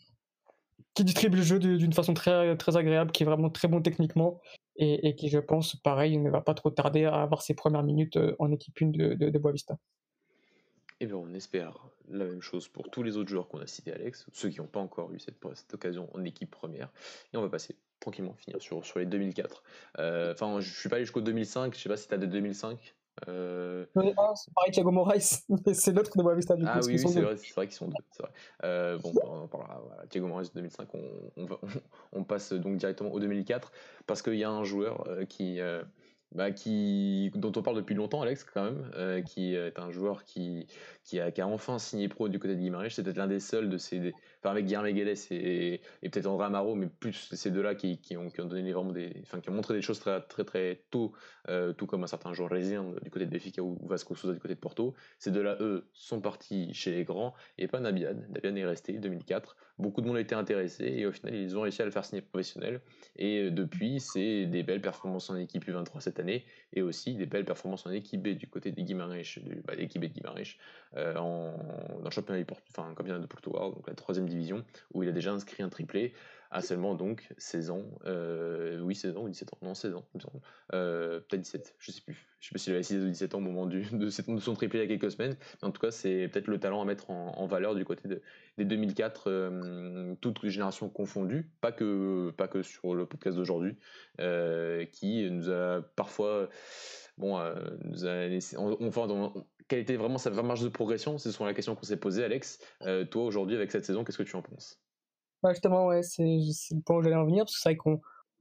qui distribue le jeu de- d'une façon très très agréable, qui est vraiment très bon techniquement et, et qui, je pense, pareil, ne va pas trop tarder à avoir ses premières minutes euh, en équipe un de, de, de Boavista. Et bien on espère la même chose pour tous les autres joueurs qu'on a cités, Alex, ceux qui n'ont pas encore eu cette, cette occasion en équipe première. Et on va passer tranquillement, finir sur, sur les deux mille quatre. Euh, Enfin, je suis pas allé jusqu'au deux mille cinq, je sais pas si tu as de deux mille cinq. Euh... Oui, ah, c'est pareil, Thiago Moraes, mais c'est l'autre de Boavista du coup, Ah parce oui, qu'ils oui, sont c'est deux. vrai, c'est vrai qu'ils sont deux. C'est vrai. Euh, bon, on en parlera. Voilà. Thiago Moraes deux mille cinq, on, on, va- on passe donc directement au deux mille quatre parce qu'il y a un joueur euh, qui, euh, bah, qui, dont on parle depuis longtemps, Alex, quand même, euh, qui est un joueur qui, qui, a, qui a enfin signé pro du côté de Guimarães. C'est peut-être l'un des seuls de ces. Enfin, avec Guilherme Guedes et, et peut-être André Amaro, mais plus ces deux-là qui, qui, ont, qui ont donné vraiment des. Enfin, qui ont montré des choses très, très, très tôt, euh, tout comme un certain joueur Rezende du côté de Benfica ou Vasco Sousa du côté de Porto. Ces deux-là, eux, sont partis chez les grands et pas Nabian. Nabian est resté deux mille quatre. Beaucoup de monde a été intéressé et au final, ils ont réussi à le faire signer professionnel. Et depuis, c'est des belles performances en équipe U vingt-trois cette année et aussi des belles performances en équipe B du côté des Guimarães, du, bah, l'équipe B de Guimarães, euh, en, dans le championnat, enfin, championnat de Portugal, donc la troisième division, où il a déjà inscrit un triplé à seulement donc seize ans, euh, oui seize ans ou dix-sept ans, non seize ans, il me semble. Euh, peut-être dix-sept, je sais plus. Je sais pas s'il avait seize ou dix-sept ans au moment du, de, de son triplé il y a quelques semaines, mais en tout cas c'est peut-être le talent à mettre en, en valeur du côté de, des deux mille quatre, euh, toutes les générations confondues, pas que, pas que sur le podcast d'aujourd'hui, euh, qui nous a parfois, bon, euh, nous a laissé, enfin, dans, quelle était vraiment sa marge de progression, c'est souvent la question qu'on s'est posée, Alex. Euh, toi aujourd'hui avec cette saison, qu'est-ce que tu en penses? Ouais, justement, ouais, c'est c'est le point où j'allais en venir, parce que c'est vrai qu'on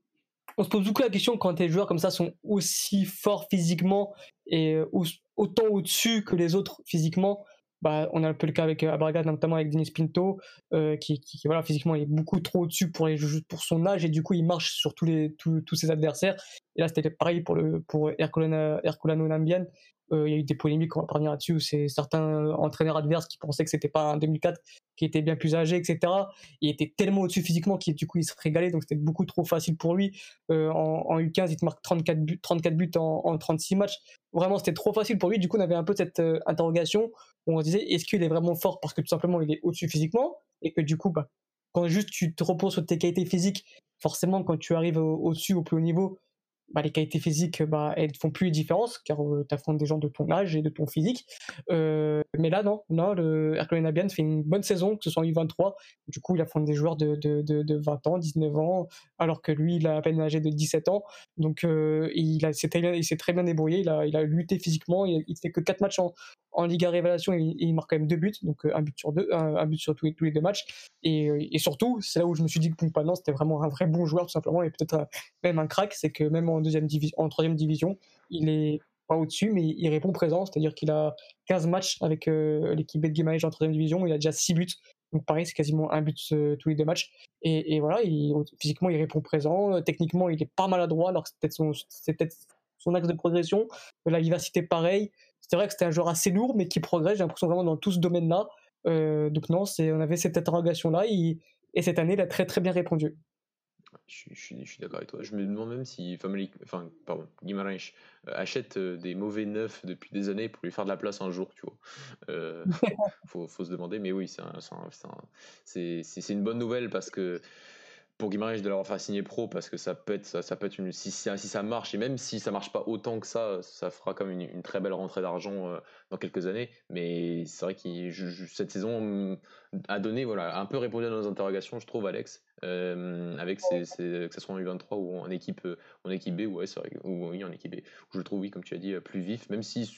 on se pose beaucoup la question quand les joueurs comme ça sont aussi forts physiquement et euh, autant au-dessus que les autres physiquement. Bah, on a un peu le cas avec euh, Abraga, notamment avec Denis Pinto, euh, qui, qui, qui, voilà, physiquement il est beaucoup trop au-dessus pour, les, pour son âge et du coup il marche sur tous, les, tous, tous ses adversaires. Et là c'était pareil pour, le, pour Herculano, Herculano Nambian. Euh, il y a eu des polémiques, on va pas revenir là-dessus, où c'est certains entraîneurs adverses qui pensaient que c'était pas un deux mille quatre, qui était bien plus âgé, et cetera. Il était tellement au-dessus physiquement qu'il du coup il se régalait, donc c'était beaucoup trop facile pour lui. Euh, en, en U quinze, il te marque trente-quatre buts, trente-quatre buts en, en trente-six matchs. Vraiment, c'était trop facile pour lui. Du coup, on avait un peu cette euh, interrogation où on se disait, est-ce qu'il est vraiment fort parce que tout simplement il est au-dessus physiquement et que du coup, bah, quand juste tu te reposes sur tes qualités physiques, forcément, quand tu arrives au- au-dessus, au plus haut niveau, bah, les qualités physiques, bah, elles ne font plus de différence car euh, tu affrontes des gens de ton âge et de ton physique. Euh, mais là, non, non, le Herculano Nabian fait une bonne saison, que ce soit en U vingt-trois. Du coup, il affronte des joueurs de, de, de, de vingt ans, dix-neuf ans, alors que lui, il a à peine âgé de dix-sept ans. Donc, euh, il, a, s'est très bien, il s'est très bien débrouillé. Il a, il a lutté physiquement. Il, il fait que quatre matchs en, en Liga Révélation et, et il marque quand même deux buts, donc euh, un but sur deux, un, un but sur tous les, tous les deux matchs. Et, euh, et surtout, c'est là où je me suis dit que Pompano, c'était vraiment un vrai bon joueur, tout simplement, et peut-être un- même un crack. C'est que même en deuxième division, en troisième division, il est pas au-dessus, mais il répond présent, c'est-à-dire qu'il a quinze matchs avec euh, l'équipe B de Guimarães en troisième division, il a déjà six buts, donc pareil, c'est quasiment un but euh, tous les deux matchs. Et, et voilà, il, physiquement, il répond présent, euh, techniquement, il est pas maladroit, alors que c'est peut-être son, c'est peut-être son axe de progression. La vivacité, pareil. C'est vrai que c'était un joueur assez lourd, mais qui progresse, j'ai l'impression vraiment dans tout ce domaine-là. Euh, donc non, c'est, on avait cette interrogation-là, et, et cette année, il a très très bien répondu. Je suis, je suis, je suis d'accord avec toi. Je me demande même si Family, enfin, pardon, Guimarães euh, achète euh, des mauvais neufs depuis des années pour lui faire de la place un jour, tu vois. Euh, faut, faut se demander, mais oui, c'est un- c'est un- c'est un- c'est- c'est- c'est une bonne nouvelle parce que pour Guimarães de l'avoir fait signer pro, parce que ça peut être, ça, ça peut être une, si, si, si ça marche, et même si ça marche pas autant que ça, ça fera comme une, une très belle rentrée d'argent euh, dans quelques années. Mais c'est vrai que cette saison hum, a donné, voilà, un peu répondu à nos interrogations, je trouve, Alex, euh, avec ses, ses, que ce soit en U vingt-trois ou en équipe, euh, en équipe B, ouais, c'est vrai, ou oui, en équipe B, où je le trouve, oui, comme tu as dit, euh, plus vif, même si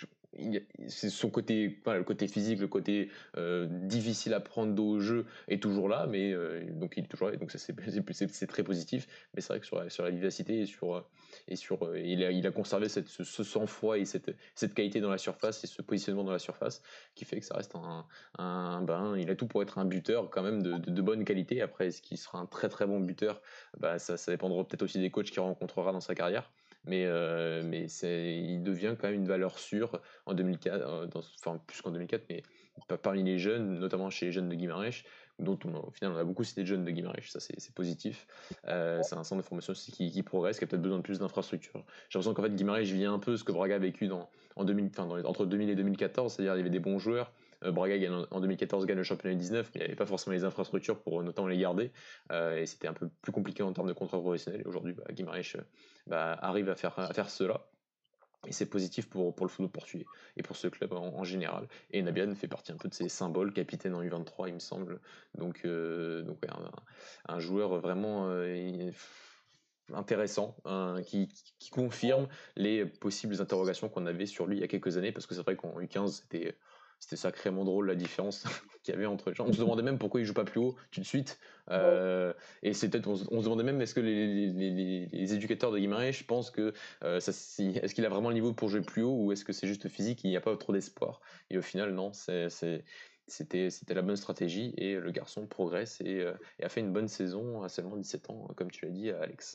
c'est son côté, voilà, le côté physique, le côté euh, difficile à prendre au jeu est toujours là, mais euh, donc il est toujours là, donc ça c'est, c'est, c'est très positif. Mais c'est vrai que sur la, sur la vivacité et sur et sur euh, il a il a conservé cette, ce, ce sang-froid et cette cette qualité dans la surface et ce positionnement dans la surface qui fait que ça reste un un ben il a tout pour être un buteur quand même de, de, de bonne qualité. Après, est-ce qu'il sera un très très bon buteur? Bah ça ça dépendra peut-être aussi des coachs qu'il rencontrera dans sa carrière. Mais, euh, mais c'est, il devient quand même une valeur sûre en deux mille quatre, euh, dans, enfin plus qu'en deux mille quatre, mais parmi les jeunes, notamment chez les jeunes de Guimarães, dont on a, au final on a beaucoup cité de jeunes de Guimarães, ça c'est, c'est positif. Euh, c'est un centre de formation aussi qui, qui progresse, qui a peut-être besoin de plus d'infrastructures. J'ai l'impression qu'en fait Guimarães vient un peu ce que Braga a vécu dans, en deux mille, enfin, dans les, entre deux mille et deux mille quatorze, c'est-à-dire il y avait des bons joueurs. Euh, Braga gagne, en deux mille quatorze gagne le championnat U dix-neuf, mais il n'y avait pas forcément les infrastructures pour notamment les garder, euh, et c'était un peu plus compliqué en termes de contrat professionnel. Et aujourd'hui, bah, Guimarães euh, bah, arrive à faire, à faire cela. Et c'est positif pour, pour le football portugais et pour ce club en, en général. Et Nabian fait partie un peu de ses symboles, capitaine en U vingt-trois, il me semble. Donc, euh, donc ouais, un, un, joueur vraiment euh, intéressant, hein, qui, qui confirme les possibles interrogations qu'on avait sur lui il y a quelques années, parce que c'est vrai qu'en U quinze, c'était c'était sacrément drôle la différence qu'il y avait entre les gens. On se demandait même pourquoi il joue pas plus haut tout de suite. Euh, et c'est peut-être, on, on se demandait même est-ce que les, les, les, les éducateurs de Guimarães pensent que euh, ça, si, est-ce qu'il a vraiment le niveau pour jouer plus haut ou est-ce que c'est juste physique, il n'y a pas trop d'espoir. Et au final, non, c'est, c'est, c'était, c'était la bonne stratégie et le garçon progresse et, euh, et a fait une bonne saison à seulement dix-sept ans, comme tu l'as dit, Alex.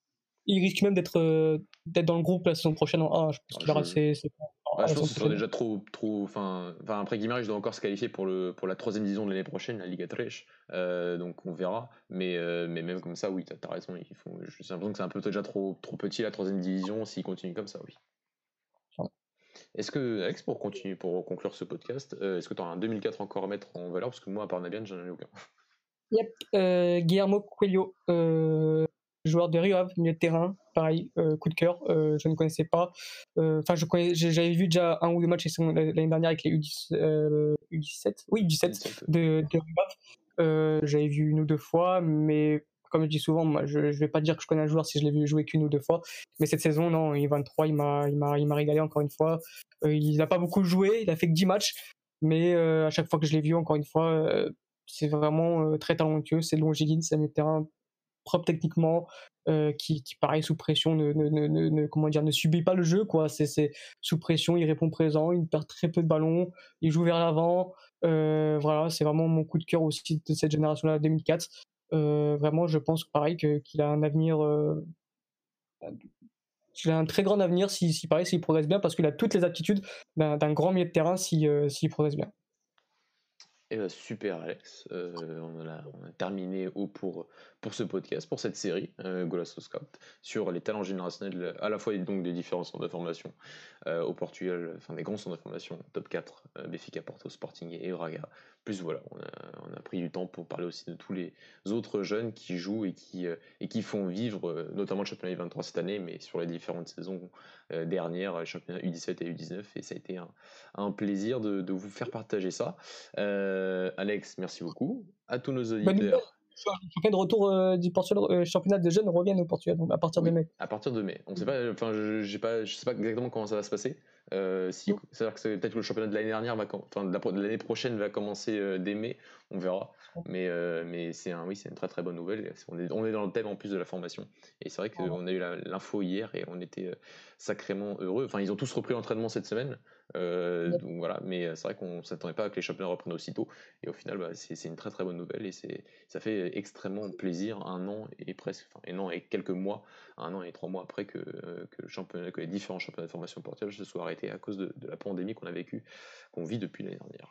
Il risque même d'être euh, d'être dans le groupe la saison prochaine en A. Je pense qu'il aura ses, ses Bah, à je la pense saison que ce serait prochaine. déjà trop, trop. Enfin, enfin après Guimarães, je dois encore se qualifier pour le pour la troisième division de l'année prochaine, la Liga trois. Euh, donc on verra. Mais euh, mais même comme ça, oui, t'as as raison. Ils font. J'ai l'impression que c'est un peu déjà trop trop petit la troisième division. S'ils continuent comme ça, oui. Enfin, Est-ce que Alex, pour continuer, pour conclure ce podcast, euh, est-ce que tu as un deux mille quatre encore à mettre en valeur parce que moi, à part Nabian, j'en ai aucun. Yep, euh, Guillermo Coelho, euh, joueur de Rio Ave, milieu de terrain, pareil, euh, coup de cœur, euh, je ne connaissais pas. Enfin, euh, je connais, j'avais vu déjà un ou deux matchs l'année dernière avec les U dix, euh, U dix-sept, oui, U dix-sept dix-sept. de, de Rio Ave. Euh, j'avais vu une ou deux fois, mais comme je dis souvent, moi, je ne vais pas dire que je connais un joueur si je l'ai vu jouer qu'une ou deux fois. Mais cette saison, non, U vingt-trois, il m'a, il m'a, il m'a régalé encore une fois. Euh, il n'a pas beaucoup joué, il a fait que dix matchs, mais euh, à chaque fois que je l'ai vu, encore une fois, euh, c'est vraiment euh, très talentueux, c'est longiligne, c'est un milieu de terrain propre techniquement, euh, qui, qui pareil sous pression ne, ne, ne, ne, comment dire, ne subit pas le jeu, quoi. C'est, c'est sous pression, il répond présent, il perd très peu de ballons, il joue vers l'avant. Euh, voilà, c'est vraiment mon coup de cœur aussi de cette génération-là, deux mille quatre. Euh, vraiment, je pense pareil que, qu'il a un avenir, euh, qu'il a un très grand avenir si, si pareil, s'il progresse bien, parce qu'il a toutes les aptitudes d'un, d'un grand milieu de terrain si, euh, s'il progresse bien. Eh ben, super Alex, euh, on, a, on a terminé au pour, pour ce podcast, pour cette série euh, Golasso Scout, sur les talents générationnels, à la fois donc des différents centres de formation euh, au Portugal, enfin des grands centres de formation, top quatre, euh, Benfica, Porto, Sporting et Braga. Plus voilà, on a, on a pris du temps pour parler aussi de tous les autres jeunes qui jouent et qui, euh, et qui font vivre euh, notamment le championnat U vingt-trois cette année, mais sur les différentes saisons euh, dernières, les championnats U dix-sept et U dix-neuf, et ça a été un, un plaisir de, de vous faire partager ça. Euh, Alex, merci beaucoup. À tous nos Bonne nouvelle, auditeurs. le championnat de retour euh, du Portugal, euh, championnat des jeunes reviennent au Portugal, donc à partir de Oui, mai. à partir de mai. On sait pas, enfin, je, j'ai pas, je sais pas exactement comment ça va se passer. Euh, si, c'est-à-dire que c'est, peut-être que le championnat de l'année dernière va, enfin, de, la, de l'année prochaine va commencer euh, dès mai. On verra. Mais, euh, mais c'est un, oui, c'est une très très bonne nouvelle. On est, on est dans le thème en plus de la formation. Et c'est vrai qu'on a eu la, l'info hier et on était sacrément heureux. Enfin, ils ont tous repris l'entraînement cette semaine. Euh, Ouais. donc voilà, mais c'est vrai qu'on s'attendait pas à que les championnats reprennent aussitôt. Et au final, bah, c'est, c'est une très très bonne nouvelle et c'est, ça fait extrêmement plaisir. Un an et presque, enfin, un an et quelques mois, un an et trois mois après que, que, le championnat, que les différents championnats de formation portugais se soient arrêtés à cause de, de la pandémie qu'on a vécu, qu'on vit depuis l'année dernière.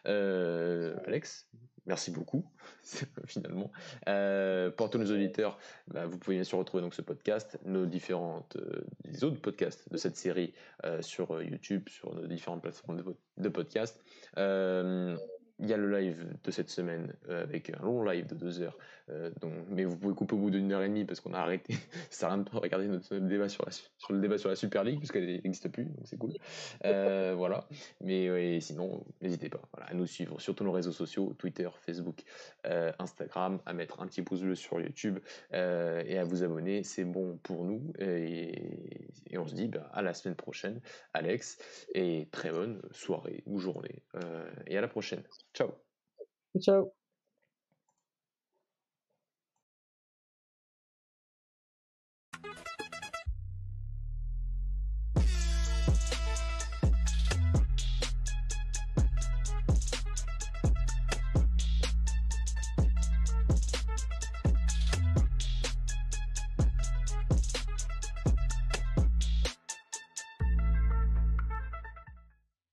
Euh, Alex, merci beaucoup, finalement. Euh, pour tous nos auditeurs, bah, vous pouvez bien sûr retrouver donc ce podcast, nos différentes, euh, les autres podcasts de cette série euh, sur YouTube, sur nos différentes plateformes de, de podcasts. Euh, il y a le live de cette semaine euh, avec un long live de deux heures. Euh, donc, mais vous pouvez couper au bout d'une heure et demie parce qu'on a arrêté. Ça sert à rien de regarder notre débat sur, la, sur le débat sur la Super League puisqu'elle n'existe plus, donc c'est cool. Euh, voilà. Mais ouais, sinon, n'hésitez pas voilà, à nous suivre sur tous nos réseaux sociaux, Twitter, Facebook, euh, Instagram, à mettre un petit pouce bleu sur YouTube euh, et à vous abonner. C'est bon pour nous. Et, et on se dit bah, à la semaine prochaine, Alex, et très bonne soirée ou journée. Euh, et à la prochaine. Ciao. Ciao.